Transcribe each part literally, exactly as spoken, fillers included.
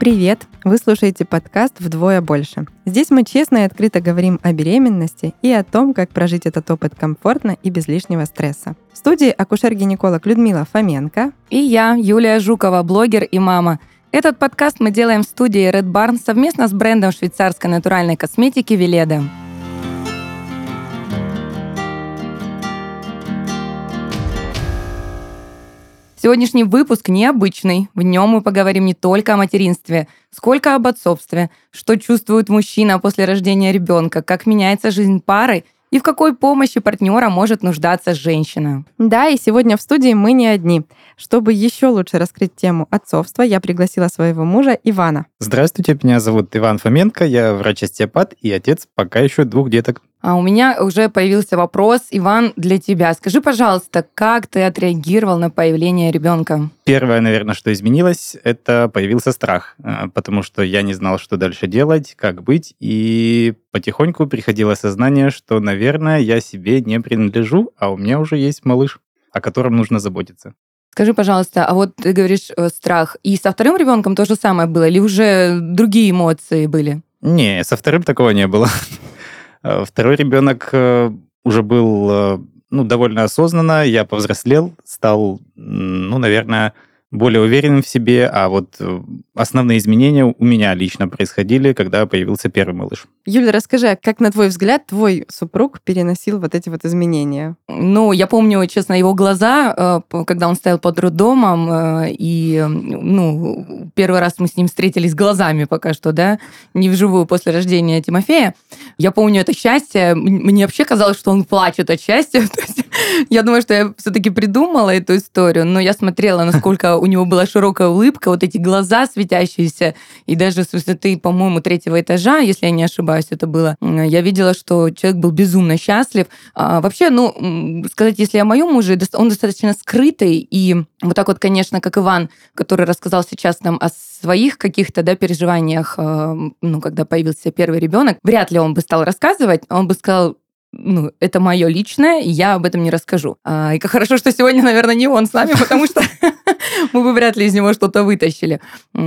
Привет! Вы слушаете подкаст «Вдвое больше». Здесь мы честно и открыто говорим о беременности и о том, как прожить этот опыт комфортно и без лишнего стресса. В студии акушер-гинеколог Людмила Фоменко и я, Юлия Жукова, блогер и мама. Этот подкаст мы делаем в студии Red Barn совместно с брендом швейцарской натуральной косметики Веледа. Сегодняшний выпуск необычный. В нем мы поговорим не только о материнстве, сколько об отцовстве, что чувствует мужчина после рождения ребенка, как меняется жизнь пары и в какой помощи партнера может нуждаться женщина. Да, и сегодня в студии мы не одни. Чтобы еще лучше раскрыть тему отцовства, я пригласила своего мужа Ивана. Здравствуйте, меня зовут Иван Фоменко, я врач-остеопат и отец пока еще двух деток. А у меня уже появился вопрос, Иван, для тебя. Скажи, пожалуйста, как ты отреагировал на появление ребенка? Первое, наверное, что изменилось, это появился страх, потому что я не знал, что дальше делать, как быть, и потихоньку приходило сознание, что, наверное, я себе не принадлежу, а у меня уже есть малыш, о котором нужно заботиться. Скажи, пожалуйста, а вот ты говоришь страх, и со вторым ребенком то же самое было, или уже другие эмоции были? Не, со вторым такого не было. Второй ребенок уже был, ну, довольно осознанно, я повзрослел, стал, ну, наверное, более уверенным в себе, а вот основные изменения у меня лично происходили, когда появился первый малыш. Юля, расскажи, а как, на твой взгляд, твой супруг переносил вот эти вот изменения? Ну, я помню, честно, его глаза, когда он стоял под роддомом, и, ну, первый раз мы с ним встретились глазами пока что, да, не вживую после рождения Тимофея. Я помню это счастье. Мне вообще казалось, что он плачет от счастья. То есть, я думаю, что я все-таки придумала эту историю, но я смотрела, насколько у него была широкая улыбка, вот эти глаза светящиеся, и даже с высоты, по-моему, третьего этажа, если я не ошибаюсь, это было, я видела, что человек был безумно счастлив. А вообще, ну, сказать, если о моем муже, он достаточно скрытый, и вот так вот, конечно, как Иван, который рассказал сейчас нам о своих каких-то, да, переживаниях, ну, когда появился первый ребенок, вряд ли он бы стал рассказывать, он бы сказал: ну, это мое личное, и я об этом не расскажу. А, и как хорошо, что сегодня, наверное, не он с нами, потому что мы бы вряд ли из него что-то вытащили.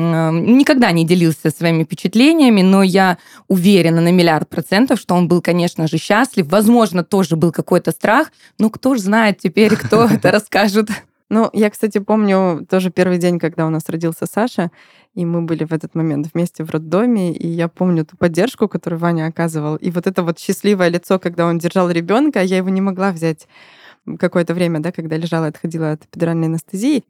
Никогда не делился своими впечатлениями, но я уверена на миллиард процентов, что он был, конечно же, счастлив. Возможно, тоже был какой-то страх, но кто ж знает теперь, кто это расскажет. Ну, я, кстати, помню тоже первый день, когда у нас родился Саша, и мы были в этот момент вместе в роддоме, и я помню ту поддержку, которую Ваня оказывал, и вот это вот счастливое лицо, когда он держал ребенка, я его не могла взять какое-то время, да, когда лежала и отходила от эпидуральной анестезии,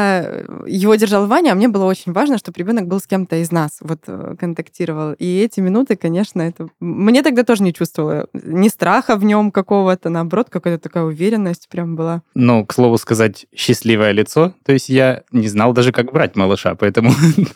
я его держал Ваня, а мне было очень важно, чтобы ребенок был с кем-то из нас, вот, контактировал. И эти минуты, конечно, это... Мне тогда тоже не чувствовала ни страха в нем какого-то, наоборот, какая-то такая уверенность прям была. Ну, к слову сказать, счастливое лицо, то есть я не знал даже, как брать малыша, поэтому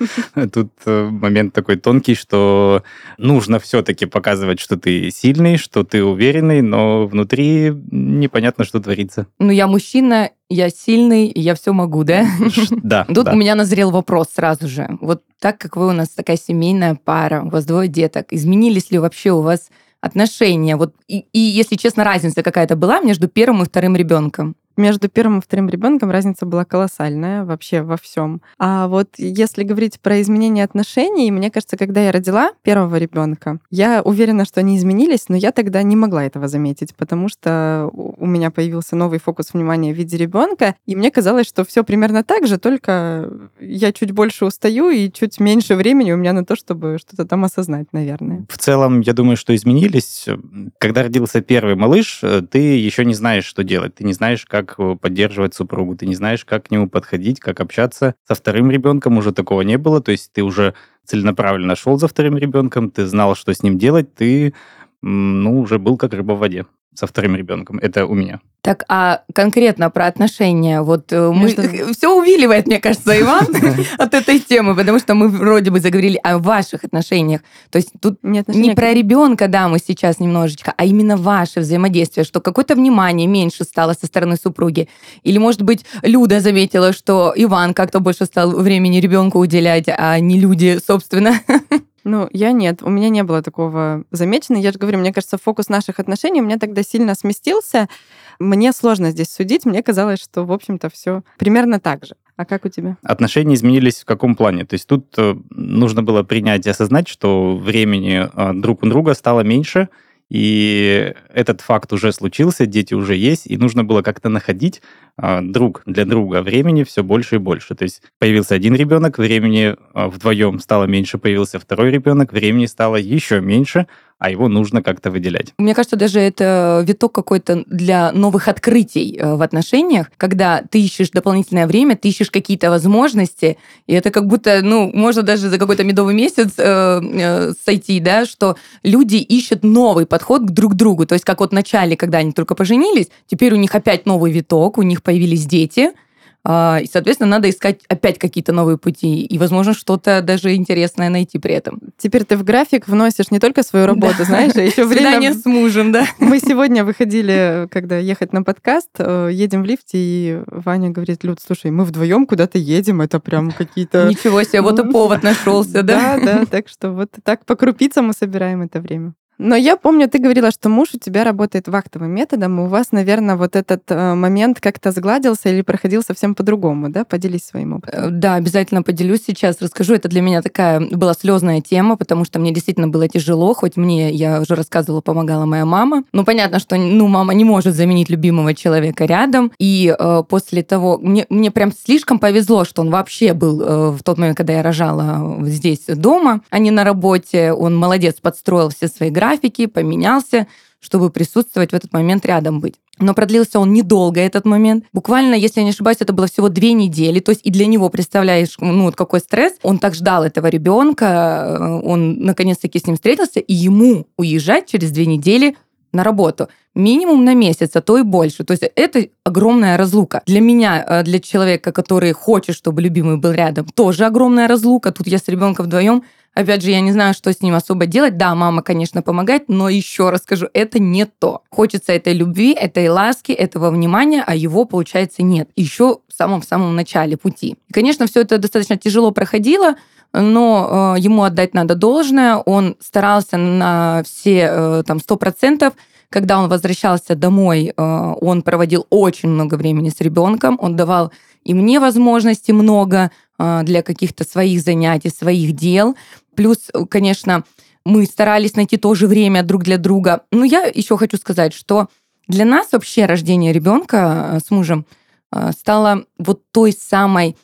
тут момент такой тонкий, что нужно все-таки показывать, что ты сильный, что ты уверенный, но внутри непонятно, что творится. Ну, я мужчина, я сильный, я все могу, да? Да. Тут да. у меня назрел вопрос сразу же. Вот так как вы у нас такая семейная пара, у вас двое деток, изменились ли вообще у вас отношения? Вот и, и если честно, разница какая-то была между первым и вторым ребенком? Между первым и вторым ребенком разница была колоссальная вообще во всем. А вот если говорить про изменение отношений, мне кажется, когда я родила первого ребенка, я уверена, что они изменились, но я тогда не могла этого заметить, потому что у меня появился новый фокус внимания в виде ребенка, и мне казалось, что все примерно так же, только я чуть больше устаю и чуть меньше времени у меня на то, чтобы что-то там осознать, наверное. В целом, я думаю, что изменились. Когда родился первый малыш, ты еще не знаешь, что делать, ты не знаешь, как поддерживать супругу, ты не знаешь, как к нему подходить, как общаться. Со вторым ребенком уже такого не было, то есть ты уже целенаправленно шел за вторым ребенком, ты знал, что с ним делать, ты, ну, уже был как рыба в воде со вторым ребенком. Это у меня. Так, а конкретно про отношения, вот мы... Между... Все увиливает, мне кажется, Иван, от этой темы, потому что мы вроде бы заговорили о ваших отношениях. То есть тут не про ребенка, да, мы сейчас немножечко, а именно ваше взаимодействие, что какое-то внимание меньше стало со стороны супруги. Или, может быть, Люда заметила, что Иван как-то больше стал времени ребенку уделять, а не люди, собственно. Ну, я нет, у меня не было такого замечено. Я же говорю, мне кажется, фокус наших отношений у меня тогда сильно сместился. Мне сложно здесь судить, мне казалось, что, в общем-то, все примерно так же. А как у тебя? Отношения изменились в каком плане? То есть тут э, нужно было принять и осознать, что времени э, друг у друга стало меньше, и этот факт уже случился, дети уже есть, и нужно было как-то находить э, друг для друга времени все больше и больше. То есть появился один ребенок, времени э, вдвоем стало меньше, появился второй ребенок, времени стало еще меньше, а его нужно как-то выделять. Мне кажется, даже это виток какой-то для новых открытий в отношениях, когда ты ищешь дополнительное время, ты ищешь какие-то возможности, и это как будто, ну, можно даже за какой-то медовый месяц э, э, сойти, да, что люди ищут новый подход к друг другу. То есть как вот в начале, когда они только поженились, теперь у них опять новый виток, у них появились дети, и, соответственно, надо искать опять какие-то новые пути. И, возможно, что-то даже интересное найти при этом. Теперь ты в график вносишь не только свою работу, да. знаешь, а еще время... Свидание с мужем, да. Мы сегодня выходили, когда ехать на подкаст, едем в лифте, и Ваня говорит: Люд, слушай, мы вдвоем куда-то едем, это прям какие-то... Ничего себе, вот и повод нашелся, да? Да, да, так что вот так по крупицам мы собираем это время. Но я помню, ты говорила, что муж у тебя работает вахтовым методом, и у вас, наверное, вот этот э, момент как-то сгладился или проходил совсем по-другому, да? Поделись своим опытом. Да, обязательно поделюсь сейчас, расскажу. Это для меня такая была слезная тема, потому что мне действительно было тяжело, хоть мне, я уже рассказывала, помогала моя мама. Ну, понятно, что ну, мама не может заменить любимого человека рядом, и э, после того... Мне, мне прям слишком повезло, что он вообще был э, в тот момент, когда я рожала здесь дома, а не на работе. Он молодец, подстроил все свои графики, поменялся, чтобы присутствовать в этот момент рядом быть. Но продлился он недолго, этот момент. Буквально, если я не ошибаюсь, это было всего две недели. То есть и для него, представляешь, ну вот какой стресс. Он так ждал этого ребенка, он наконец-таки с ним встретился, и ему уезжать через две недели на работу. Минимум на месяц, а то и больше. То есть это огромная разлука. Для меня, для человека, который хочет, чтобы любимый был рядом, тоже огромная разлука. Тут я с ребенком вдвоем. Опять же, я не знаю, что с ним особо делать. Да, мама, конечно, помогает, но еще раз скажу, это не то. Хочется этой любви, этой ласки, этого внимания, а его, получается, нет. Еще в самом-самом начале пути. И, конечно, все это достаточно тяжело проходило, но э, ему отдать надо должное. Он старался на все э, там сто процентов. Когда он возвращался домой, э, он проводил очень много времени с ребенком. Он давал и мне возможности много э, для каких-то своих занятий, своих дел. Плюс, конечно, мы старались найти тоже время друг для друга. Но я еще хочу сказать, что для нас вообще рождение ребенка с мужем стало вот той самой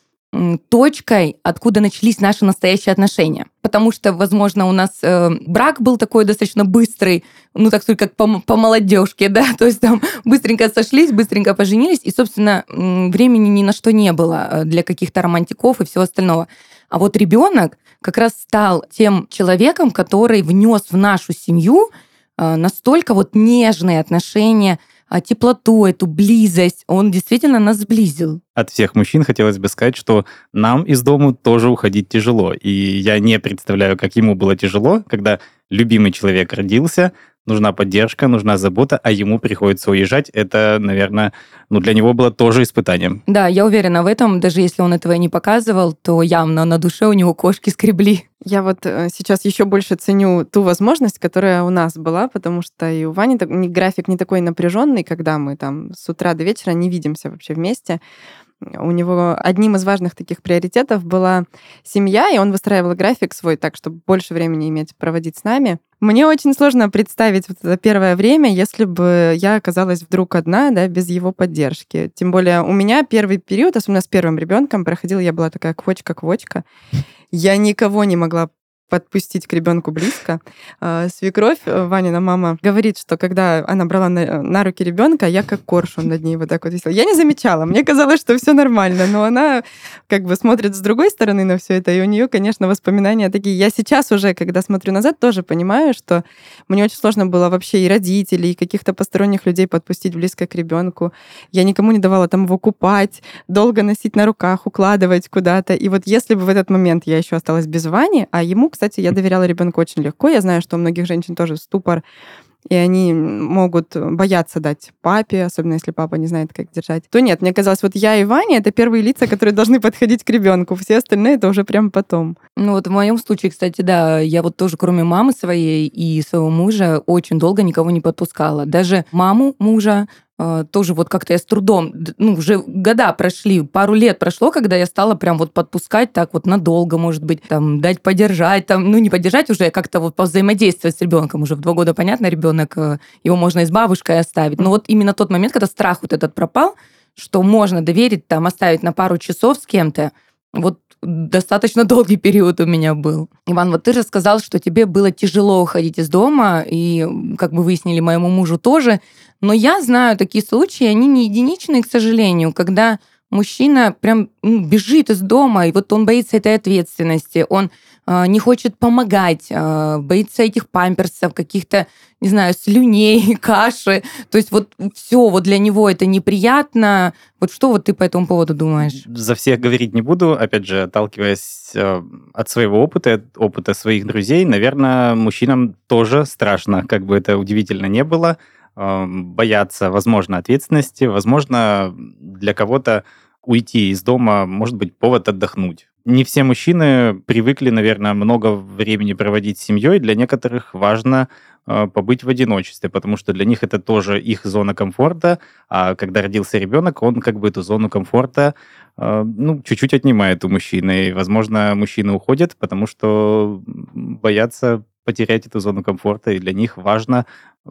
точкой, откуда начались наши настоящие отношения. Потому что, возможно, у нас э, брак был такой достаточно быстрый, ну, так сказать, как по, по молодежке, да, то есть там быстренько сошлись, быстренько поженились, и, собственно, времени ни на что не было для каких-то романтиков и всего остального. А вот ребенок как раз стал тем человеком, который внес в нашу семью э, настолько вот нежные отношения, теплоту, эту близость, он действительно нас сблизил. От всех мужчин хотелось бы сказать, что нам из дома тоже уходить тяжело. И я не представляю, как ему было тяжело, когда любимый человек родился, нужна поддержка, нужна забота, а ему приходится уезжать. Это, наверное, ну, для него было тоже испытанием. Да, я уверена в этом. Даже если он этого и не показывал, то явно на душе у него кошки скребли. Я вот сейчас еще больше ценю ту возможность, которая у нас была, потому что и у Вани график не такой напряженный, когда мы там с утра до вечера не видимся вообще вместе. У него одним из важных таких приоритетов была семья, и он выстраивал график свой так, чтобы больше времени иметь проводить с нами. Мне очень сложно представить вот это первое время, если бы я оказалась вдруг одна, да, без его поддержки. Тем более у меня первый период, особенно с первым ребенком, проходил, я была такая квочка-квочка. Я никого не могла подпустить к ребенку близко. Свекровь, Ванина мама, говорит, что когда она брала на, на руки ребенка, я как коршун над ней вот так вот висела. Я не замечала, мне казалось, что все нормально, но она как бы смотрит с другой стороны на все это, и у нее, конечно, воспоминания такие. Я сейчас уже, когда смотрю назад, тоже понимаю, что мне очень сложно было вообще и родителей, и каких-то посторонних людей подпустить близко к ребенку. Я никому не давала там его купать, долго носить на руках, укладывать куда-то. И вот если бы в этот момент я еще осталась без Вани, а ему, кстати, я доверяла ребенку очень легко. Я знаю, что у многих женщин тоже ступор, и они могут бояться дать папе, особенно если папа не знает, как держать. То нет, мне казалось, вот я и Ваня — это первые лица, которые должны подходить к ребенку. Все остальные — это уже прям потом. Ну вот в моем случае, кстати, да, я вот тоже, кроме мамы своей и своего мужа, очень долго никого не подпускала. Даже маму мужа тоже вот как-то я с трудом, ну, уже года прошли, пару лет прошло, когда я стала прям вот подпускать так вот надолго, может быть, там, дать подержать, там, ну, не подержать уже, как-то вот повзаимодействовать с ребенком. Уже в два года, понятно, ребенок, его можно и с бабушкой оставить. Но вот именно тот момент, когда страх вот этот пропал, что можно доверить, там, оставить на пару часов с кем-то, вот достаточно долгий период у меня был. Иван, вот ты же сказал, что тебе было тяжело уходить из дома, и, как бы выяснили, моему мужу тоже. Но я знаю такие случаи, они не единичные, к сожалению, когда мужчина прям ну, бежит из дома, и вот он боится этой ответственности, он э, не хочет помогать, э, боится этих памперсов, каких-то, не знаю, слюней, каши. То есть вот все вот для него это неприятно. Вот что вот ты по этому поводу думаешь? За всех говорить не буду. Опять же, отталкиваясь э, от своего опыта, от опыта своих друзей, наверное, мужчинам тоже страшно, как бы это удивительно не было, э, бояться, возможно, ответственности, возможно, для кого-то уйти из дома может быть повод отдохнуть. Не все мужчины привыкли, наверное, много времени проводить с семьей. Для некоторых важно э, побыть в одиночестве, потому что для них это тоже их зона комфорта. А когда родился ребенок, он как бы эту зону комфорта э, ну, чуть-чуть отнимает у мужчины. И, возможно, мужчины уходят, потому что боятся потерять эту зону комфорта, и для них важно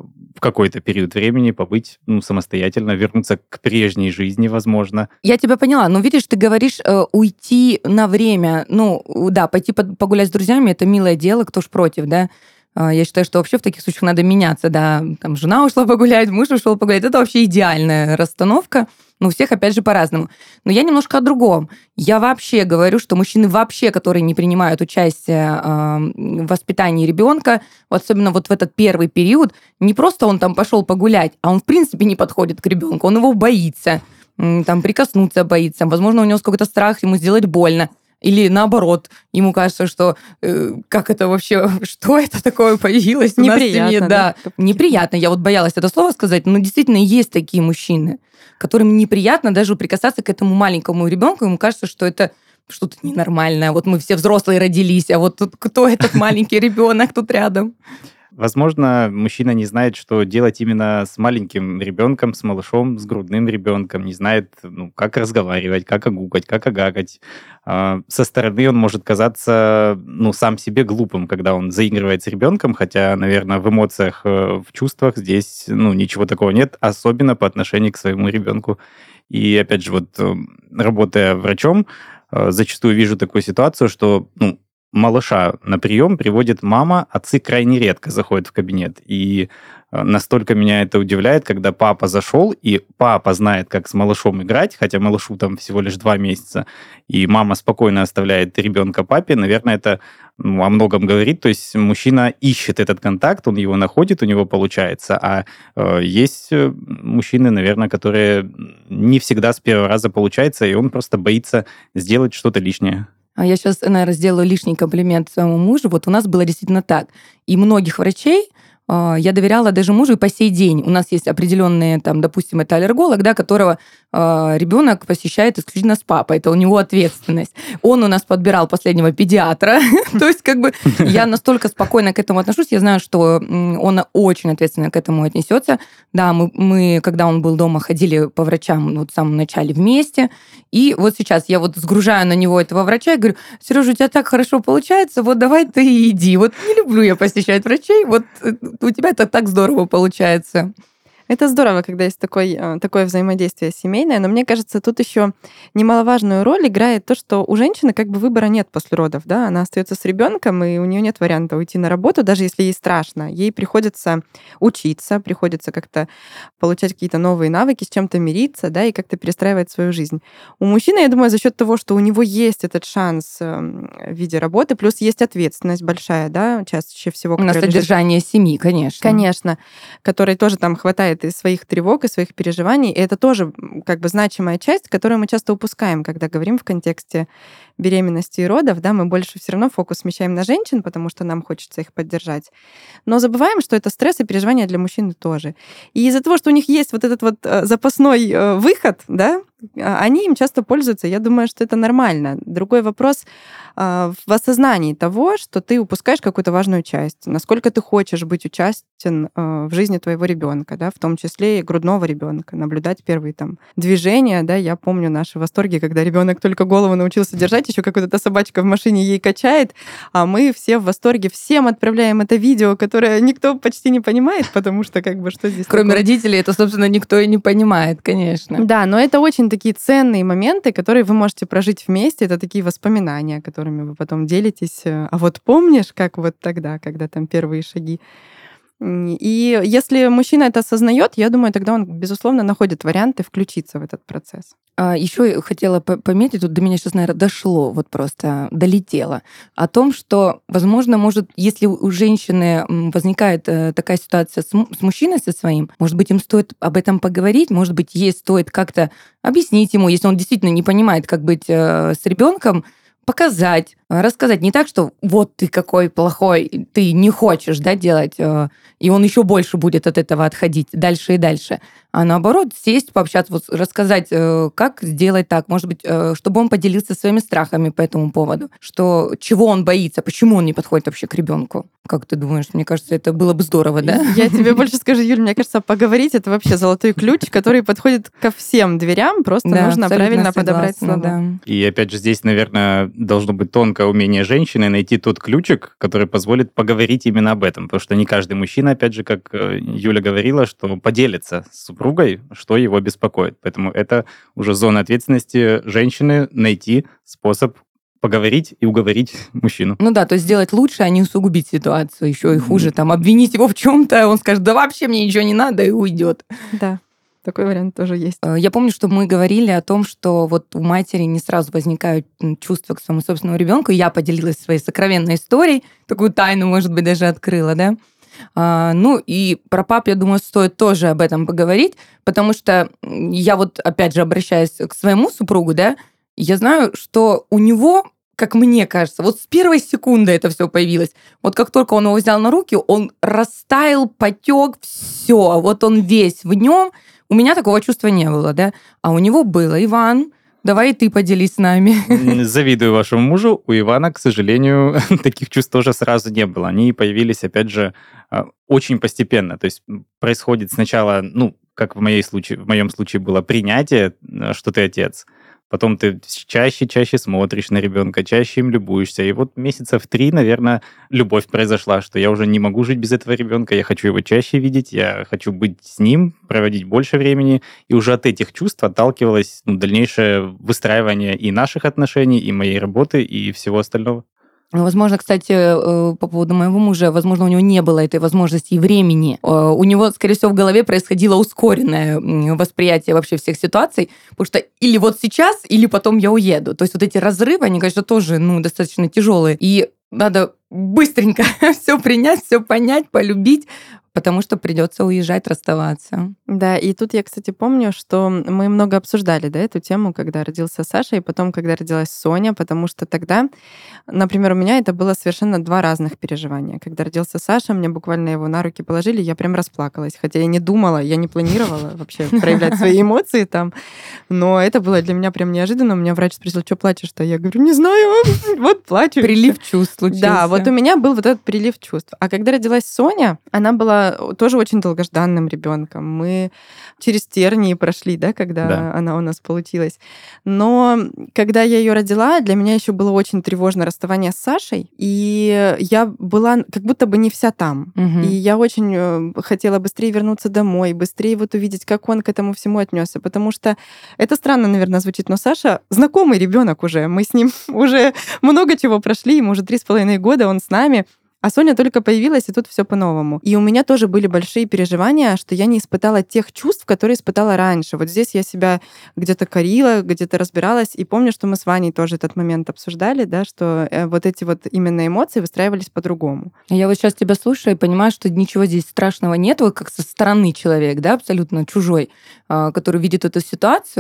в какой-то период времени побыть ну, самостоятельно, вернуться к прежней жизни, возможно. Я тебя поняла. Ну, видишь, ты говоришь э, уйти на время. Ну, да, пойти погулять с друзьями — это милое дело, кто ж против, да? Я считаю, что вообще в таких случаях надо меняться, да. Там жена ушла погулять, муж ушел погулять. Это вообще идеальная расстановка. Но у всех, опять же, по-разному. Но я немножко о другом. Я вообще говорю, что мужчины вообще, которые не принимают участие в воспитании ребенка, особенно вот в этот первый период, не просто он там пошел погулять, а он в принципе не подходит к ребенку, он его боится, там прикоснуться боится, возможно, у него какой-то страх ему сделать больно. Или наоборот, ему кажется, что э, как это вообще, что это такое появилось у нас в семье? Да, да, неприятно. Я вот боялась это слово сказать, но действительно есть такие мужчины, которым неприятно даже прикасаться к этому маленькому ребенку. Ему кажется, что это что-то ненормальное. Вот мы все взрослые родились, а вот тут кто этот маленький ребенок тут рядом? Возможно, мужчина не знает, что делать именно с маленьким ребенком, с малышом, с грудным ребенком, не знает, ну, как разговаривать, как огукать, как огакать. Со стороны он может казаться, ну, сам себе глупым, когда он заигрывает с ребенком, хотя, наверное, в эмоциях, в чувствах здесь, ну, ничего такого нет, особенно по отношению к своему ребенку. И, опять же, вот, работая врачом, зачастую вижу такую ситуацию, что, ну, малыша на прием приводит мама, отцы крайне редко заходят в кабинет. И настолько меня это удивляет, когда папа зашел, и папа знает, как с малышом играть, хотя малышу там всего лишь два месяца, и мама спокойно оставляет ребенка папе. Наверное, это ну, о многом говорит. То есть мужчина ищет этот контакт, он его находит, у него получается. А э, есть мужчины, наверное, которые не всегда с первого раза получается, и он просто боится сделать что-то лишнее. Я сейчас, наверное, сделаю лишний комплимент своему мужу. Вот у нас было действительно так. И многих врачей э, я доверяла даже мужу и по сей день. У нас есть определенные, там, допустим, это аллерголог, да, которого э, ребенок посещает исключительно с папой. Это у него ответственность. Он у нас подбирал последнего педиатра. То есть, как бы, я настолько спокойно к этому отношусь. Я знаю, что он очень ответственно к этому отнесется. Да, мы, мы, когда он был дома, ходили по врачам вот в самом начале вместе. И вот сейчас я вот сгружаю на него этого врача и говорю: Сережа, у тебя так хорошо получается, вот давай ты и иди. Вот не люблю я посещать врачей, вот у тебя это так здорово получается. Это здорово, когда есть такой, такое взаимодействие семейное, но мне кажется, тут еще немаловажную роль играет то, что у женщины как бы выбора нет после родов, да, она остается с ребенком, и у нее нет варианта уйти на работу, даже если ей страшно. Ей приходится учиться, приходится как-то получать какие-то новые навыки, с чем-то мириться, да, и как-то перестраивать свою жизнь. У мужчины, я думаю, за счет того, что у него есть этот шанс в виде работы, плюс есть ответственность большая, да, чаще всего. На содержание лежит... семьи, конечно. Конечно, которой тоже там хватает и своих тревог, и своих переживаний. И это тоже как бы значимая часть, которую мы часто упускаем, когда говорим в контексте беременности и родов. Да, мы больше все равно фокус смещаем на женщин, потому что нам хочется их поддержать. Но забываем, что это стресс и переживания для мужчин тоже. И из-за того, что у них есть вот этот вот запасной выход, да, они им часто пользуются. Я думаю, что это нормально. Другой вопрос в осознании того, что ты упускаешь какую-то важную часть. Насколько ты хочешь быть участен в жизни твоего ребенка, да, в том числе и грудного ребенка, наблюдать первые там движения. Да. Я помню наши восторги, когда ребенок только голову научился держать, еще какая-то собачка в машине ей качает, а мы все в восторге, всем отправляем это видео, которое никто почти не понимает, потому что как бы что здесь Кроме такое? родителей, это, собственно, никто и не понимает, конечно. Да, но это очень такие ценные моменты, которые вы можете прожить вместе. Это такие воспоминания, которыми вы потом делитесь. А вот помнишь, как вот тогда, когда там первые шаги? И если мужчина это осознает, я думаю, тогда он, безусловно, находит варианты включиться в этот процесс. А еще хотела пометить, тут до меня сейчас, наверное, дошло, вот просто долетело, о том, что, возможно, может, если у женщины возникает такая ситуация с, с мужчиной со своим, может быть, им стоит об этом поговорить, может быть, ей стоит как-то объяснить ему, если он действительно не понимает, как быть с ребенком, показать, рассказать не так, что вот ты какой плохой, ты не хочешь, да, делать, и он еще больше будет от этого отходить дальше и дальше, а наоборот сесть, пообщаться, вот, рассказать, как сделать так, может быть, чтобы он поделился своими страхами по этому поводу, что чего он боится, почему он не подходит вообще к ребенку. Как ты думаешь? Мне кажется, это было бы здорово, да? Я тебе больше скажу, Юль, мне кажется, поговорить — это вообще золотой ключ, который подходит ко всем дверям, просто да, нужно правильно согласна, подобрать слова. Да. И опять же, здесь, наверное, должно быть тонкое умение женщины найти тот ключик, который позволит поговорить именно об этом. Потому что не каждый мужчина, опять же, как Юля говорила, что поделится с супругой, что его беспокоит. Поэтому это уже зона ответственности женщины найти способ поговорить и уговорить мужчину. Ну да, то есть сделать лучше, а не усугубить ситуацию, еще и хуже, там, обвинить его в чем-то, он скажет, да вообще мне ничего не надо, и уйдет. Да. Такой вариант тоже есть. Я помню, что мы говорили о том, что вот у матери не сразу возникают чувства к своему собственному ребенку. Я поделилась своей сокровенной историей, такую тайну, может быть, даже открыла, да. А, ну и про пап, я думаю, стоит тоже об этом поговорить, потому что я вот, опять же, обращаясь к своему супругу, да, я знаю, что у него, как мне кажется, вот с первой секунды это все появилось. Вот как только он его взял на руки, он растаял, потек, все, вот он весь в нем. У меня такого чувства не было, да, а у него было. Иван, давай и ты поделись с нами. Завидую вашему мужу. У Ивана, к сожалению, таких чувств тоже сразу не было. Они появились, опять же, очень постепенно. То есть происходит сначала, ну, как в, моей случае, в моем случае было принятие, что ты отец. Потом ты чаще-чаще смотришь на ребенка, чаще им любуешься. И вот месяца в три, наверное, любовь произошла, что я уже не могу жить без этого ребенка, я хочу его чаще видеть, я хочу быть с ним, проводить больше времени. И уже от этих чувств отталкивалось ну, дальнейшее выстраивание и наших отношений, и моей работы, и всего остального. Возможно, кстати, по поводу моего мужа, возможно, у него не было этой возможности и времени. У него, скорее всего, в голове происходило ускоренное восприятие вообще всех ситуаций, потому что или вот сейчас, или потом я уеду. То есть вот эти разрывы, они, конечно, тоже ну, достаточно тяжелые. И надо быстренько все принять, все понять, полюбить, потому что придется уезжать, расставаться. Да, и тут я, кстати, помню, что мы много обсуждали да, эту тему, когда родился Саша, и потом, когда родилась Соня, потому что тогда, например, у меня это было совершенно два разных переживания. Когда родился Саша, мне буквально его на руки положили, я прям расплакалась, хотя я не думала, я не планировала вообще проявлять свои эмоции там, но это было для меня прям неожиданно. У меня врач спросил, что плачешь-то? Я говорю, не знаю, вот плачу. Прилив чувств случился. Да, вот у меня был вот этот прилив чувств. А когда родилась Соня, она была тоже очень долгожданным ребенком. Мы через тернии прошли, да, когда да. она у нас получилась. Но когда я ее родила, для меня еще было очень тревожно расставание с Сашей, и я была как будто бы не вся там. Угу. И я очень хотела быстрее вернуться домой, быстрее вот увидеть, как он к этому всему отнесся, потому что это странно, наверное, звучит, но Саша знакомый ребенок уже. Мы с ним уже много чего прошли, ему уже три с половиной года, он с нами. А Соня только появилась, и тут все по-новому. И у меня тоже были большие переживания, что я не испытала тех чувств, которые испытала раньше. Вот здесь я себя где-то корила, где-то разбиралась. И помню, что мы с Ваней тоже этот момент обсуждали, да, что вот эти вот именно эмоции выстраивались по-другому. Я вот сейчас тебя слушаю и понимаю, что ничего здесь страшного нет. Вот как со стороны человек, да, абсолютно чужой, который видит эту ситуацию.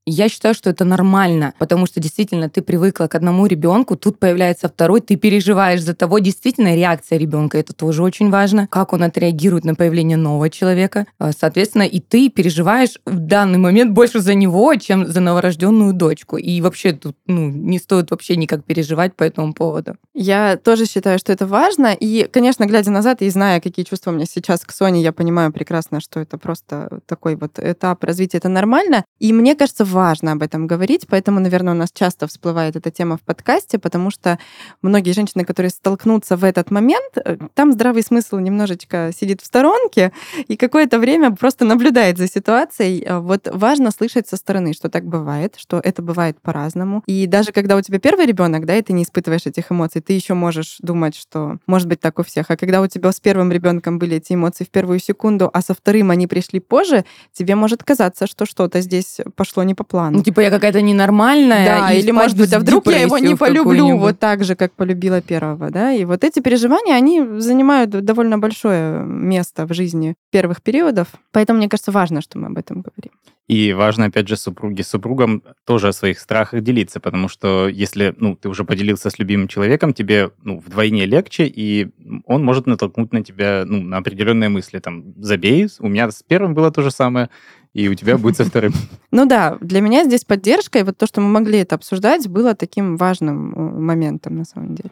Я считаю, что это нормально, потому что действительно ты привыкла к одному ребенку, тут появляется второй, ты переживаешь за того, действительно реакция ребенка, это тоже очень важно, как он отреагирует на появление нового человека. Соответственно, и ты переживаешь в данный момент больше за него, чем за новорожденную дочку. И вообще тут ну, не стоит вообще никак переживать по этому поводу. Я тоже считаю, что это важно. И, конечно, глядя назад и зная, какие чувства у меня сейчас к Соне, я понимаю прекрасно, что это просто такой вот этап развития, это нормально. И мне кажется, важно об этом говорить, поэтому, наверное, у нас часто всплывает эта тема в подкасте, потому что многие женщины, которые столкнутся в этот момент, там здравый смысл немножечко сидит в сторонке и какое-то время просто наблюдает за ситуацией. Вот важно слышать со стороны, что так бывает, что это бывает по-разному. И даже когда у тебя первый ребенок, да, и ты не испытываешь этих эмоций, ты еще можешь думать, что может быть так у всех. А когда у тебя с первым ребенком были эти эмоции в первую секунду, а со вторым они пришли позже, тебе может казаться, что что-то здесь пошло не по плану. Ну, типа я какая-то ненормальная. Да, или, может быть, а вдруг я его не полюблю вот так же, как полюбила первого, да? И вот эти переживания, они занимают довольно большое место в жизни первых периодов. Поэтому, мне кажется, важно, что мы об этом говорим. И важно, опять же, супруге с супругом тоже о своих страхах делиться, потому что если ну, ты уже поделился с любимым человеком, тебе ну, вдвойне легче, и он может натолкнуть на тебя ну, на определенные мысли. Там, забей, у меня с первым было то же самое, и у тебя будет со вторым. Ну да, для меня здесь поддержка, и вот то, что мы могли это обсуждать, было таким важным моментом на самом деле.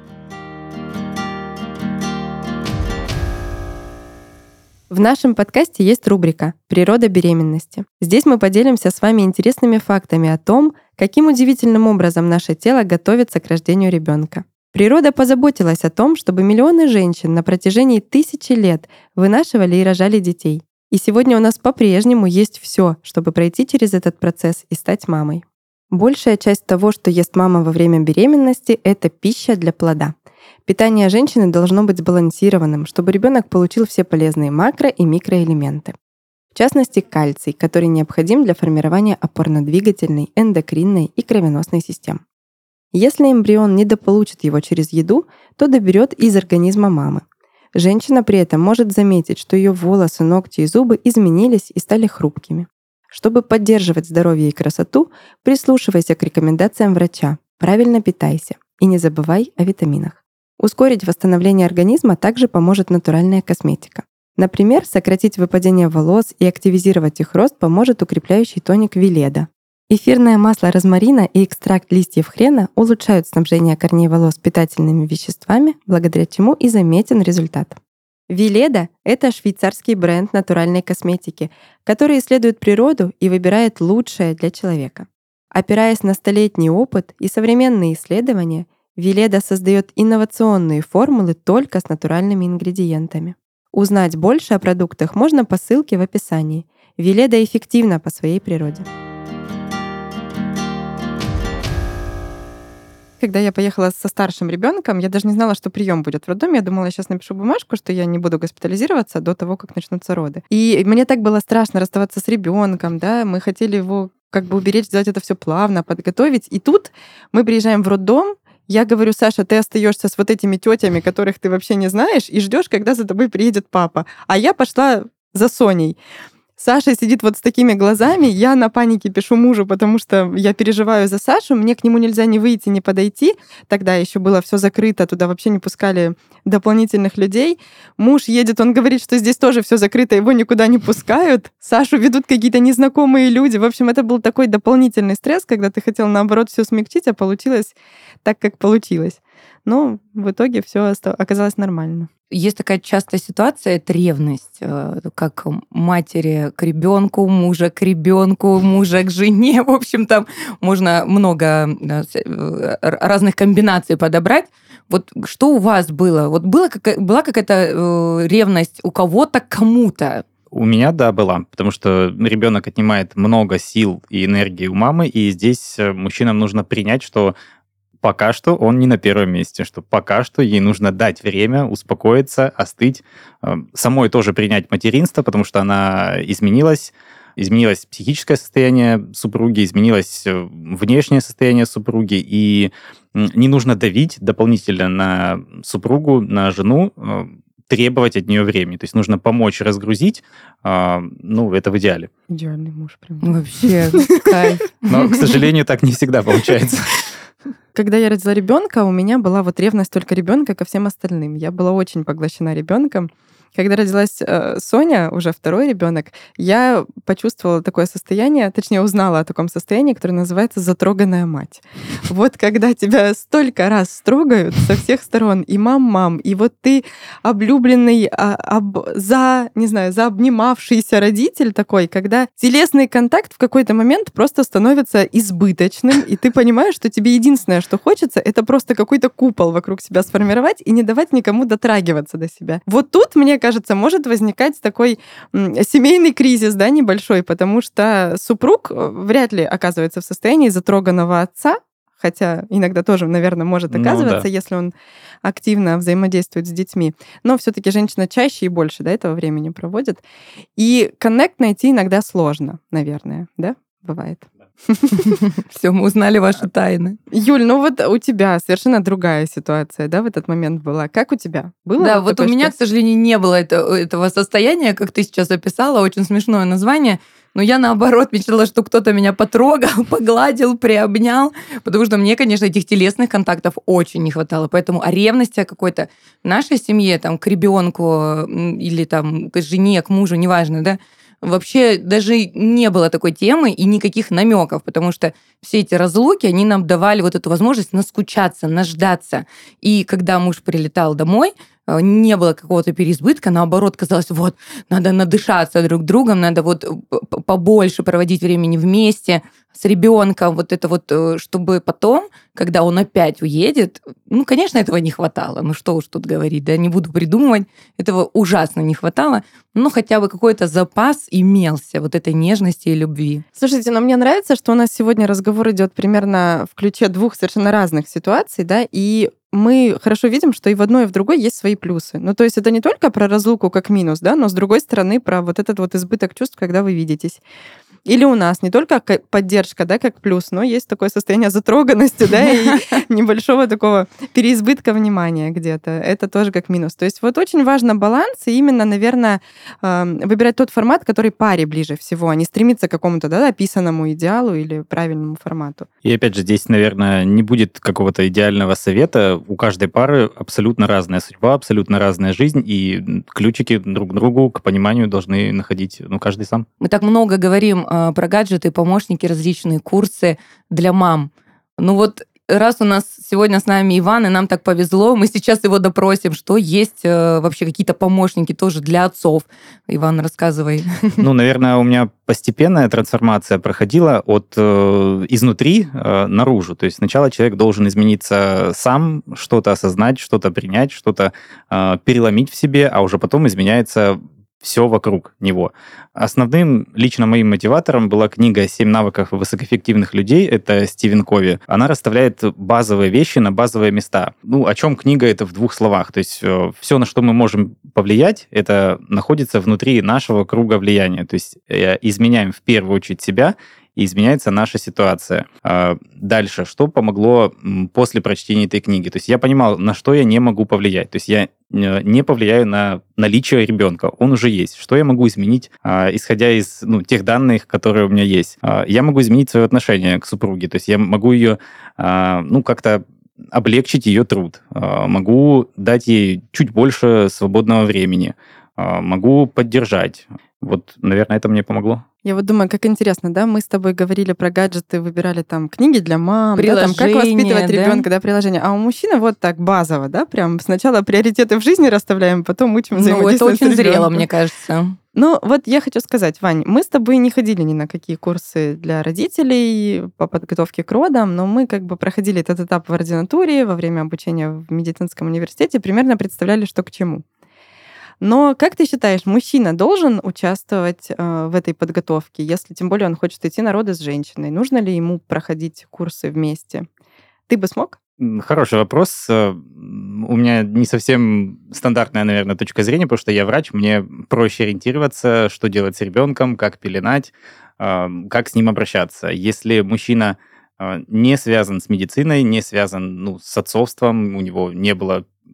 В нашем подкасте есть рубрика «Природа беременности». Здесь мы поделимся с вами интересными фактами о том, каким удивительным образом наше тело готовится к рождению ребенка. Природа позаботилась о том, чтобы миллионы женщин на протяжении тысячи лет вынашивали и рожали детей. И сегодня у нас по-прежнему есть все, чтобы пройти через этот процесс и стать мамой. Большая часть того, что ест мама во время беременности, это пища для плода. Питание женщины должно быть сбалансированным, чтобы ребенок получил все полезные макро- и микроэлементы. В частности, кальций, который необходим для формирования опорно-двигательной, эндокринной и кровеносной систем. Если эмбрион недополучит его через еду, то доберет из организма мамы. Женщина при этом может заметить, что ее волосы, ногти и зубы изменились и стали хрупкими. Чтобы поддерживать здоровье и красоту, прислушивайся к рекомендациям врача, правильно питайся и не забывай о витаминах. Ускорить восстановление организма также поможет натуральная косметика. Например, сократить выпадение волос и активизировать их рост поможет укрепляющий тоник Веледа. Эфирное масло розмарина и экстракт листьев хрена улучшают снабжение корней волос питательными веществами, благодаря чему и заметен результат. Веледа — это швейцарский бренд натуральной косметики, который исследует природу и выбирает лучшее для человека. Опираясь на столетний опыт и современные исследования, Веледа создает инновационные формулы только с натуральными ингредиентами. Узнать больше о продуктах можно по ссылке в описании. Веледа эффективна по своей природе. Когда я поехала со старшим ребенком, я даже не знала, что прием будет в роддоме. Я думала, я сейчас напишу бумажку, что я не буду госпитализироваться до того, как начнутся роды. И мне так было страшно расставаться с ребенком, да, мы хотели его как бы уберечь, сделать это все плавно, подготовить. И тут мы приезжаем в роддом. Я говорю: Саша, ты остаешься с вот этими тетями, которых ты вообще не знаешь, и ждешь, когда за тобой приедет папа. А я пошла за Соней. Саша сидит вот с такими глазами, я на панике пишу мужу, потому что я переживаю за Сашу, мне к нему нельзя ни выйти, ни подойти. Тогда еще было все закрыто, туда вообще не пускали дополнительных людей. Муж едет, он говорит, что здесь тоже все закрыто, его никуда не пускают. Сашу ведут какие-то незнакомые люди. В общем, это был такой дополнительный стресс, когда ты хотел, наоборот, все смягчить, а получилось так, как получилось. Но в итоге все оказалось нормально. Есть такая частая ситуация, это ревность, как матери к ребенку, мужа к ребенку, мужа к жене. В общем, там можно много разных комбинаций подобрать. Вот что у вас было? Вот была, какая- была какая-то ревность у кого-то к кому-то? У меня, да, была, потому что ребенок отнимает много сил и энергии у мамы, и здесь мужчинам нужно принять, что пока что он не на первом месте, что пока что ей нужно дать время, успокоиться, остыть, самой тоже принять материнство, потому что она изменилась, изменилось психическое состояние супруги, изменилось внешнее состояние супруги, и не нужно давить дополнительно на супругу, на жену, требовать от нее времени. То есть нужно помочь разгрузить, э, ну, это в идеале. Идеальный муж прям. Вообще, кайф. Но, к сожалению, так не всегда получается. Когда я родила ребенка, у меня была вот ревность только ребенка ко всем остальным. Я была очень поглощена ребенком. Когда родилась э, Соня, уже второй ребенок, я почувствовала такое состояние, точнее узнала о таком состоянии, которое называется затроганная мать. Вот когда тебя столько раз строгают со всех сторон, и мам-мам, и вот ты облюбленный, а, об, за, не знаю, заобнимавшийся родитель такой, когда телесный контакт в какой-то момент просто становится избыточным, и ты понимаешь, что тебе единственное, что хочется, это просто какой-то купол вокруг себя сформировать и не давать никому дотрагиваться до себя. Вот тут, мне кажется, может возникать такой семейный кризис, да, небольшой, потому что супруг вряд ли оказывается в состоянии затроганного отца, хотя иногда тоже, наверное, может оказываться, ну, да. если он активно взаимодействует с детьми. Но все-таки женщина чаще и больше, да, этого времени проводит. И коннект найти иногда сложно, наверное, да, бывает. Все, мы узнали ваши тайны. Юль, ну вот у тебя совершенно другая ситуация, да, в этот момент была. Как у тебя? Было да, вот, вот у меня, что... к сожалению, не было это, этого состояния, как ты сейчас описала, очень смешное название. Но я, наоборот, мечтала, что кто-то меня потрогал, погладил, приобнял, потому что мне, конечно, этих телесных контактов очень не хватало. Поэтому о ревности какой-то в нашей семье, там, к ребенку или там, к жене, к мужу, неважно, да, вообще даже не было такой темы и никаких намеков, потому что все эти разлуки, они нам давали вот эту возможность наскучаться, наждаться. И когда муж прилетал домой, не было какого-то переизбытка, наоборот, казалось, вот, надо надышаться друг другом, надо вот побольше проводить времени вместе с ребенком, вот это вот, чтобы потом, когда он опять уедет, ну, конечно, этого не хватало, ну, что уж тут говорить, да, не буду придумывать, этого ужасно не хватало, но хотя бы какой-то запас имелся вот этой нежности и любви. Слушайте, но мне нравится, что у нас сегодня разговор идет примерно в ключе двух совершенно разных ситуаций, да, и мы хорошо видим, что и в одной, и в другой есть свои плюсы. Ну, то есть это не только про разлуку как минус, да, но с другой стороны про вот этот вот избыток чувств, когда вы видитесь. Или у нас не только поддержка, да, как плюс, но есть такое состояние затроганности, да, и небольшого такого переизбытка внимания где-то. Это тоже как минус. То есть вот очень важен баланс, и именно, наверное, выбирать тот формат, который паре ближе всего, а не стремиться к какому-то, да, описанному идеалу или правильному формату. И опять же, здесь, наверное, не будет какого-то идеального совета. У каждой пары абсолютно разная судьба, абсолютно разная жизнь, и ключики друг к другу, к пониманию должны находить, ну, каждый сам. Мы так много говорим про гаджеты, помощники, различные курсы для мам. Ну вот раз у нас сегодня с нами Иван, и нам так повезло, мы сейчас его допросим, что есть вообще какие-то помощники тоже для отцов. Иван, рассказывай. Ну, наверное, у меня постепенная трансформация проходила от э, изнутри э, наружу. То есть сначала человек должен измениться сам, что-то осознать, что-то принять, что-то э, переломить в себе, а уже потом изменяется все вокруг него. Основным лично моим мотиватором была книга «Семь навыков высокоэффективных людей». Это Стивен Кови. Она расставляет базовые вещи на базовые места. Ну, о чем книга? Это в двух словах. То есть все, на что мы можем повлиять, это находится внутри нашего круга влияния. То есть изменяем в первую очередь себя, и изменяется наша ситуация. Дальше, что помогло после прочтения этой книги? То есть я понимал, на что я не могу повлиять. То есть я не повлияю на наличие ребенка, он уже есть. Что я могу изменить, исходя из ну, тех данных, которые у меня есть? Я могу изменить свое отношение к супруге, то есть я могу ее ну, как-то облегчить ее труд, могу дать ей чуть больше свободного времени, могу поддержать. Вот, наверное, это мне помогло. Я вот думаю, как интересно, да, мы с тобой говорили про гаджеты, выбирали там книги для мам, да, там, как воспитывать да? ребенка, да, приложение. А у мужчины вот так базово, да, прям сначала приоритеты в жизни расставляем, потом учим взаимодействовать с ребенком. Ну, это очень зрело, мне кажется. Ну, вот я хочу сказать, Вань, мы с тобой не ходили ни на какие курсы для родителей по подготовке к родам, но мы как бы проходили этот этап в ординатуре, во время обучения в медицинском университете, примерно представляли, что к чему. Но как ты считаешь, мужчина должен участвовать э, в этой подготовке, если тем более он хочет идти на роды с женщиной? Нужно ли ему проходить курсы вместе? Ты бы смог? Хороший вопрос. У меня не совсем стандартная, наверное, точка зрения, потому что я врач, мне проще ориентироваться, что делать с ребенком, как пеленать, как с ним обращаться. Если мужчина не связан с медициной, не связан ну, с отцовством, у него не было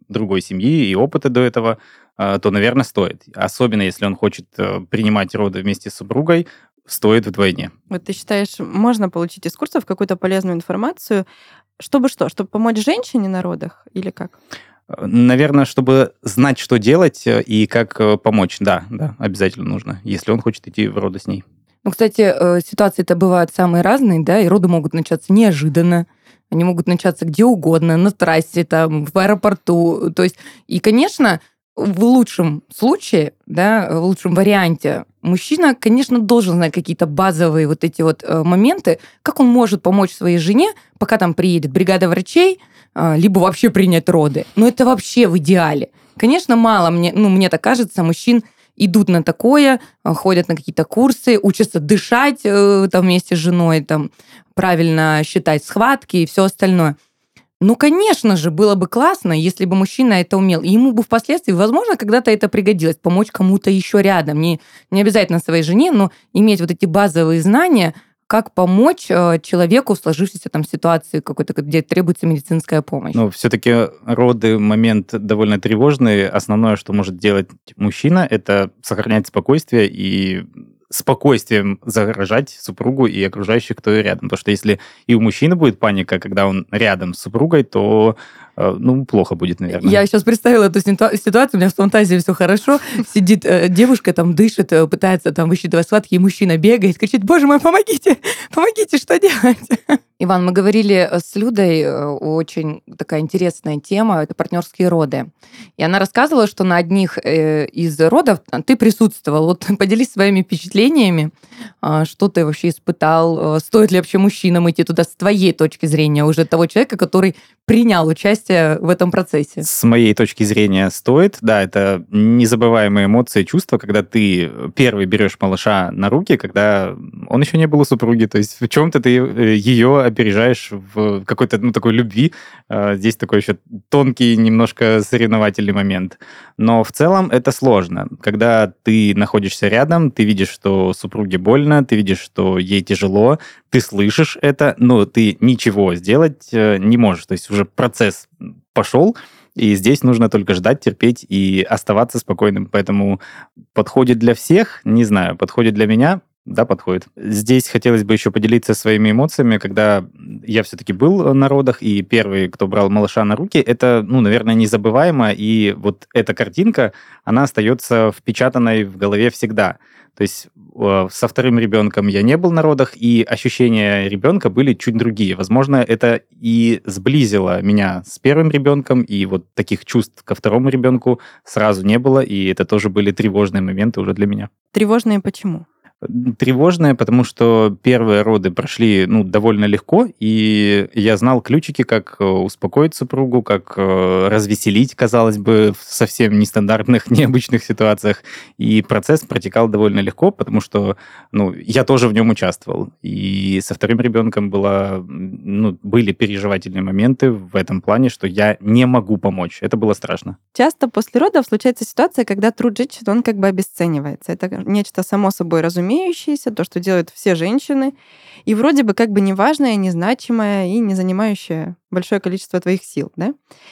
другой семьи и опыта до этого, то, наверное, стоит. Особенно, если он хочет принимать роды вместе с супругой, стоит вдвойне. Вот ты считаешь, можно получить из курсов какую-то полезную информацию, чтобы что? Чтобы помочь женщине на родах или как? Наверное, чтобы знать, что делать и как помочь. Да, да, обязательно нужно, если он хочет идти в роды с ней. Ну, кстати, ситуации-то бывают самые разные, да, и роды могут начаться неожиданно. Они могут начаться где угодно, на трассе, там, в аэропорту. То есть, и, конечно, в лучшем случае, да, в лучшем варианте, мужчина, конечно, должен знать какие-то базовые вот эти вот моменты, как он может помочь своей жене, пока там приедет бригада врачей, либо вообще принять роды. Но это вообще в идеале. Конечно, мало, мне, ну, мне так кажется, мужчин идут на такое, ходят на какие-то курсы, учатся дышать там вместе с женой, там, правильно считать схватки и все остальное. Ну, конечно же, было бы классно, если бы мужчина это умел. И ему бы впоследствии, возможно, когда-то это пригодилось, помочь кому-то еще рядом. Не, не обязательно своей жене, но иметь вот эти базовые знания, как помочь человеку в сложившейся там ситуации какой-то, где требуется медицинская помощь. Но все-таки роды момент довольно тревожный. Основное, что может делать мужчина, это сохранять спокойствие и спокойствием заражать супругу и окружающих, кто рядом. Потому что если и у мужчины будет паника, когда он рядом с супругой, то ну, плохо будет, наверное. Я сейчас представила эту ситуацию, у меня в фантазии все хорошо. Сидит э, девушка, там дышит, пытается там высчитывать схватки, и мужчина бегает, кричит: «Боже мой, помогите! Помогите, что делать?» Иван, мы говорили с Людой, очень такая интересная тема, это партнерские роды. И она рассказывала, что на одних из родов ты присутствовал. Вот поделись своими впечатлениями, что ты вообще испытал, стоит ли вообще мужчинам идти туда с твоей точки зрения, уже того человека, который принял участие в этом процессе. С моей точки зрения стоит. Да, это незабываемые эмоции, чувства, когда ты первый берешь малыша на руки, когда он еще не был у супруги. То есть в чем-то ты ее опережаешь в какой-то, ну, такой любви. Здесь такой еще тонкий, немножко соревновательный момент. Но в целом это сложно. Когда ты находишься рядом, ты видишь, что супруге больно, ты видишь, что ей тяжело, ты слышишь это, но ты ничего сделать не можешь. То есть уже процесс пошел, и здесь нужно только ждать, терпеть и оставаться спокойным. Поэтому подходит для всех, не знаю, подходит для меня. Да, подходит. Здесь хотелось бы еще поделиться своими эмоциями, когда я все-таки был на родах, и первый, кто брал малыша на руки, это, ну, наверное, незабываемо, и вот эта картинка, она остается впечатанной в голове всегда. То есть со вторым ребенком я не был на родах, и ощущения ребенка были чуть другие. Возможно, это и сблизило меня с первым ребенком, и вот таких чувств ко второму ребенку сразу не было, и это тоже были тревожные моменты уже для меня. Тревожные почему? Тревожные, потому что первые роды прошли, ну, довольно легко, и я знал ключики, как успокоить супругу, как развеселить, казалось бы, в совсем нестандартных, необычных ситуациях. И процесс протекал довольно легко, потому что, ну, я тоже в нем участвовал. И со вторым ребенком было, ну, были переживательные моменты в этом плане, что я не могу помочь. Это было страшно. Часто после родов случается ситуация, когда труд женщины, он как бы обесценивается. Это нечто само собой разумеющееся, имеющиеся, то, что делают все женщины, и вроде бы как бы неважное, незначимое и не занимающее большое количество твоих сил, да?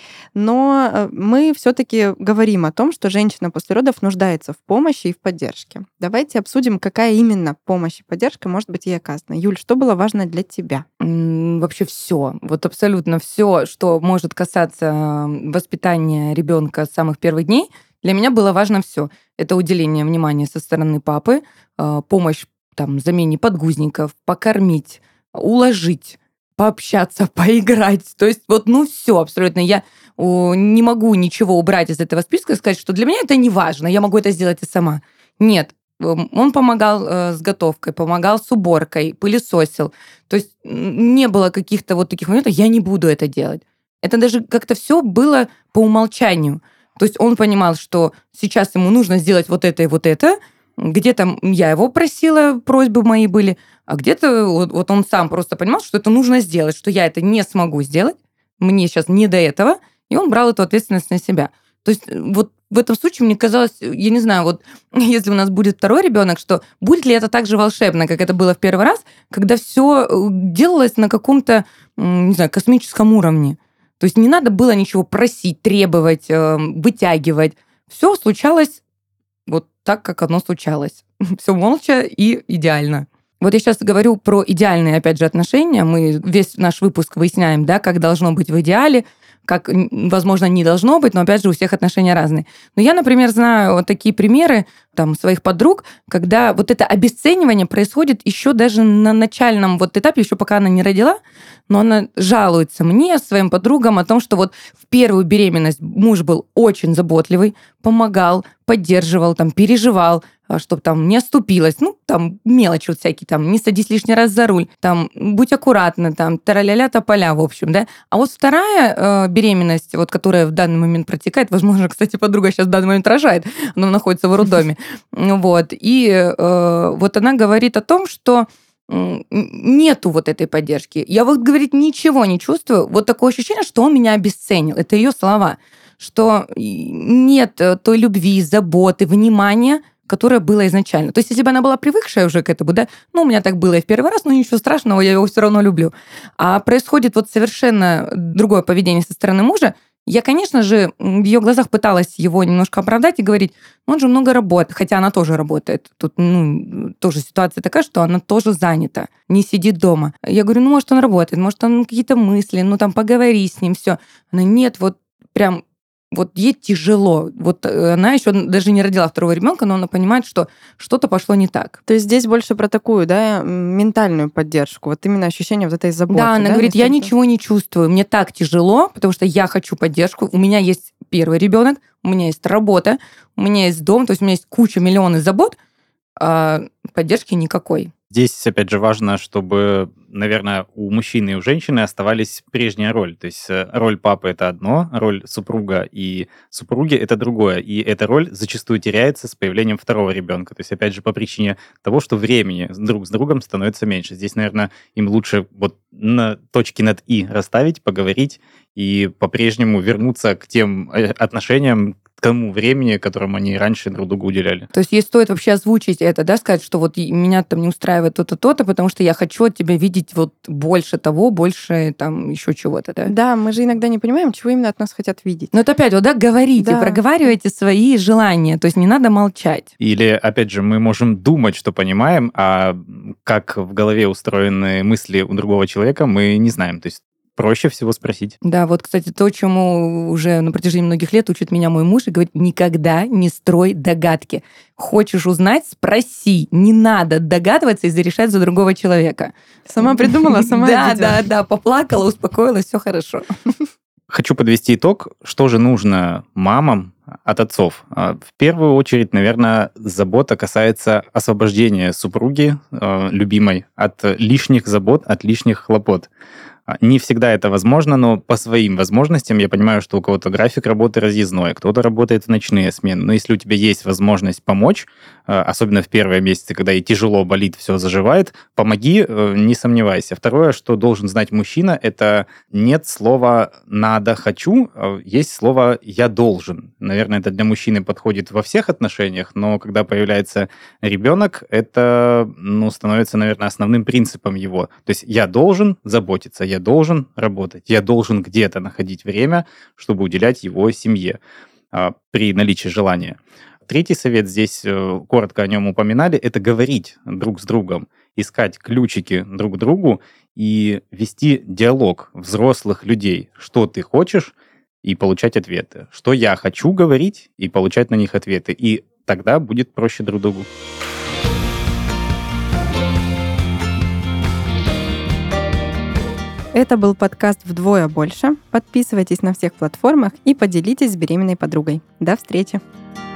Но мы все-таки говорим о том, что женщина после родов нуждается в помощи и в поддержке. Давайте обсудим, какая именно помощь и поддержка может быть ей оказана. Юль, что было важно для тебя? Вообще все, вот абсолютно все, что может касаться воспитания ребенка с самых первых дней. Для меня было важно все. Это уделение внимания со стороны папы, помощь там, замене подгузников, покормить, уложить, пообщаться, поиграть. То есть вот, ну, все абсолютно. Я не могу ничего убрать из этого списка и сказать, что для меня это не важно, я могу это сделать и сама. Нет. Он помогал с готовкой, помогал с уборкой, пылесосил. То есть не было каких-то вот таких моментов, я не буду это делать. Это даже как-то все было по умолчанию. То есть он понимал, что сейчас ему нужно сделать вот это и вот это. Где-то я его просила, просьбы мои были, а где-то вот, вот он сам просто понимал, что это нужно сделать, что я это не смогу сделать, мне сейчас не до этого, и он брал эту ответственность на себя. То есть вот в этом случае мне казалось, я не знаю, вот если у нас будет второй ребенок, что будет ли это так же волшебно, как это было в первый раз, когда все делалось на каком-то, не знаю, космическом уровне. То есть не надо было ничего просить, требовать, вытягивать. Все случалось вот так, как оно случалось. Все молча и идеально. Вот я сейчас говорю про идеальные, опять же, отношения. Мы весь наш выпуск выясняем, да, как должно быть в идеале, как, возможно, не должно быть, но, опять же, у всех отношения разные. Но я, например, знаю вот такие примеры там, своих подруг, когда вот это обесценивание происходит еще даже на начальном вот этапе, еще пока она не родила, но она жалуется мне, своим подругам о том, что вот в первую беременность муж был очень заботливый, помогал, поддерживал, там, переживал, чтобы там не оступилась, ну, там, мелочи вот всякие, там, не садись лишний раз за руль, там, будь аккуратна, там, тараля-ля тополя, в общем, да. А вот вторая э, беременность, вот, которая в данный момент протекает, возможно, кстати, подруга сейчас в данный момент рожает, она находится в роддоме, вот, и э, вот она говорит о том, что нету вот этой поддержки. Я вот, говорит, ничего не чувствую. Вот такое ощущение, что он меня обесценил. Это ее слова. Что нет той любви, заботы, внимания, которое было изначально. То есть, если бы она была привыкшая уже к этому, да, ну, у меня так было и в первый раз, но ничего страшного, я его все равно люблю. А происходит вот совершенно другое поведение со стороны мужа, я, конечно же, в ее глазах пыталась его немножко оправдать и говорить, он же много работает, хотя она тоже работает. Тут, ну, тоже ситуация такая, что она тоже занята, не сидит дома. Я говорю, ну, может, он работает, может, он какие-то мысли, ну, там, поговори с ним, все. Она, нет, вот прям... Вот ей тяжело. Вот она еще даже не родила второго ребенка, но она понимает, что что-то пошло не так. То есть здесь больше про такую, да, ментальную поддержку, вот именно ощущение вот этой заботы. Да, она да, говорит, я настолько? ничего не чувствую, мне так тяжело, потому что я хочу поддержку, у меня есть первый ребенок, у меня есть работа, у меня есть дом, то есть у меня есть куча миллионов забот, а поддержки никакой. Здесь, опять же, важно, чтобы, наверное, у мужчины и у женщины оставались прежняя роль. То есть роль папы — это одно, роль супруга и супруги — это другое. И эта роль зачастую теряется с появлением второго ребенка. То есть, опять же, по причине того, что времени друг с другом становится меньше. Здесь, наверное, им лучше вот на точки над «и» расставить, поговорить и по-прежнему вернуться к тем отношениям, к тому времени, которому они раньше друг другу уделяли. То есть ей стоит вообще озвучить это, да, сказать, что вот меня там не устраивает то-то, то-то, потому что я хочу от тебя видеть вот больше того, больше там еще чего-то, да? Да, мы же иногда не понимаем, чего именно от нас хотят видеть. Но это опять вот, да, говорите, Да. проговаривайте свои желания, то есть не надо молчать. Или, опять же, мы можем думать, что понимаем, а как в голове устроены мысли у другого человека, мы не знаем. То есть проще всего спросить. Да, вот, кстати, то, чему уже на протяжении многих лет учит меня мой муж, и говорит, никогда не строй догадки. Хочешь узнать, спроси. Не надо догадываться и зарешать за другого человека. Сама придумала, сама Да, обидела. да, да, поплакала, успокоилась, все хорошо. Хочу подвести итог, что же нужно мамам от отцов. В первую очередь, наверное, забота касается освобождения супруги, любимой, от лишних забот, от лишних хлопот. Не всегда это возможно, но по своим возможностям я понимаю, что у кого-то график работы разъездной, кто-то работает в ночные смены. Но если у тебя есть возможность помочь, особенно в первые месяцы, когда ей тяжело, болит, все заживает, помоги, не сомневайся. Второе, что должен знать мужчина, это нет слова «надо», «хочу», есть слово «я должен». Наверное, это для мужчины подходит во всех отношениях, но когда появляется ребенок, это ну, становится, наверное, основным принципом его. То есть я должен заботиться, я должен работать, я должен где-то находить время, чтобы уделять его семье а, при наличии желания. Третий совет, здесь коротко о нем упоминали, это говорить друг с другом, искать ключики друг к другу и вести диалог взрослых людей, что ты хочешь, и получать ответы. Что я хочу говорить, и получать на них ответы. И тогда будет проще друг другу. Это был подкаст «Вдвое больше». Подписывайтесь на всех платформах и поделитесь с беременной подругой. До встречи!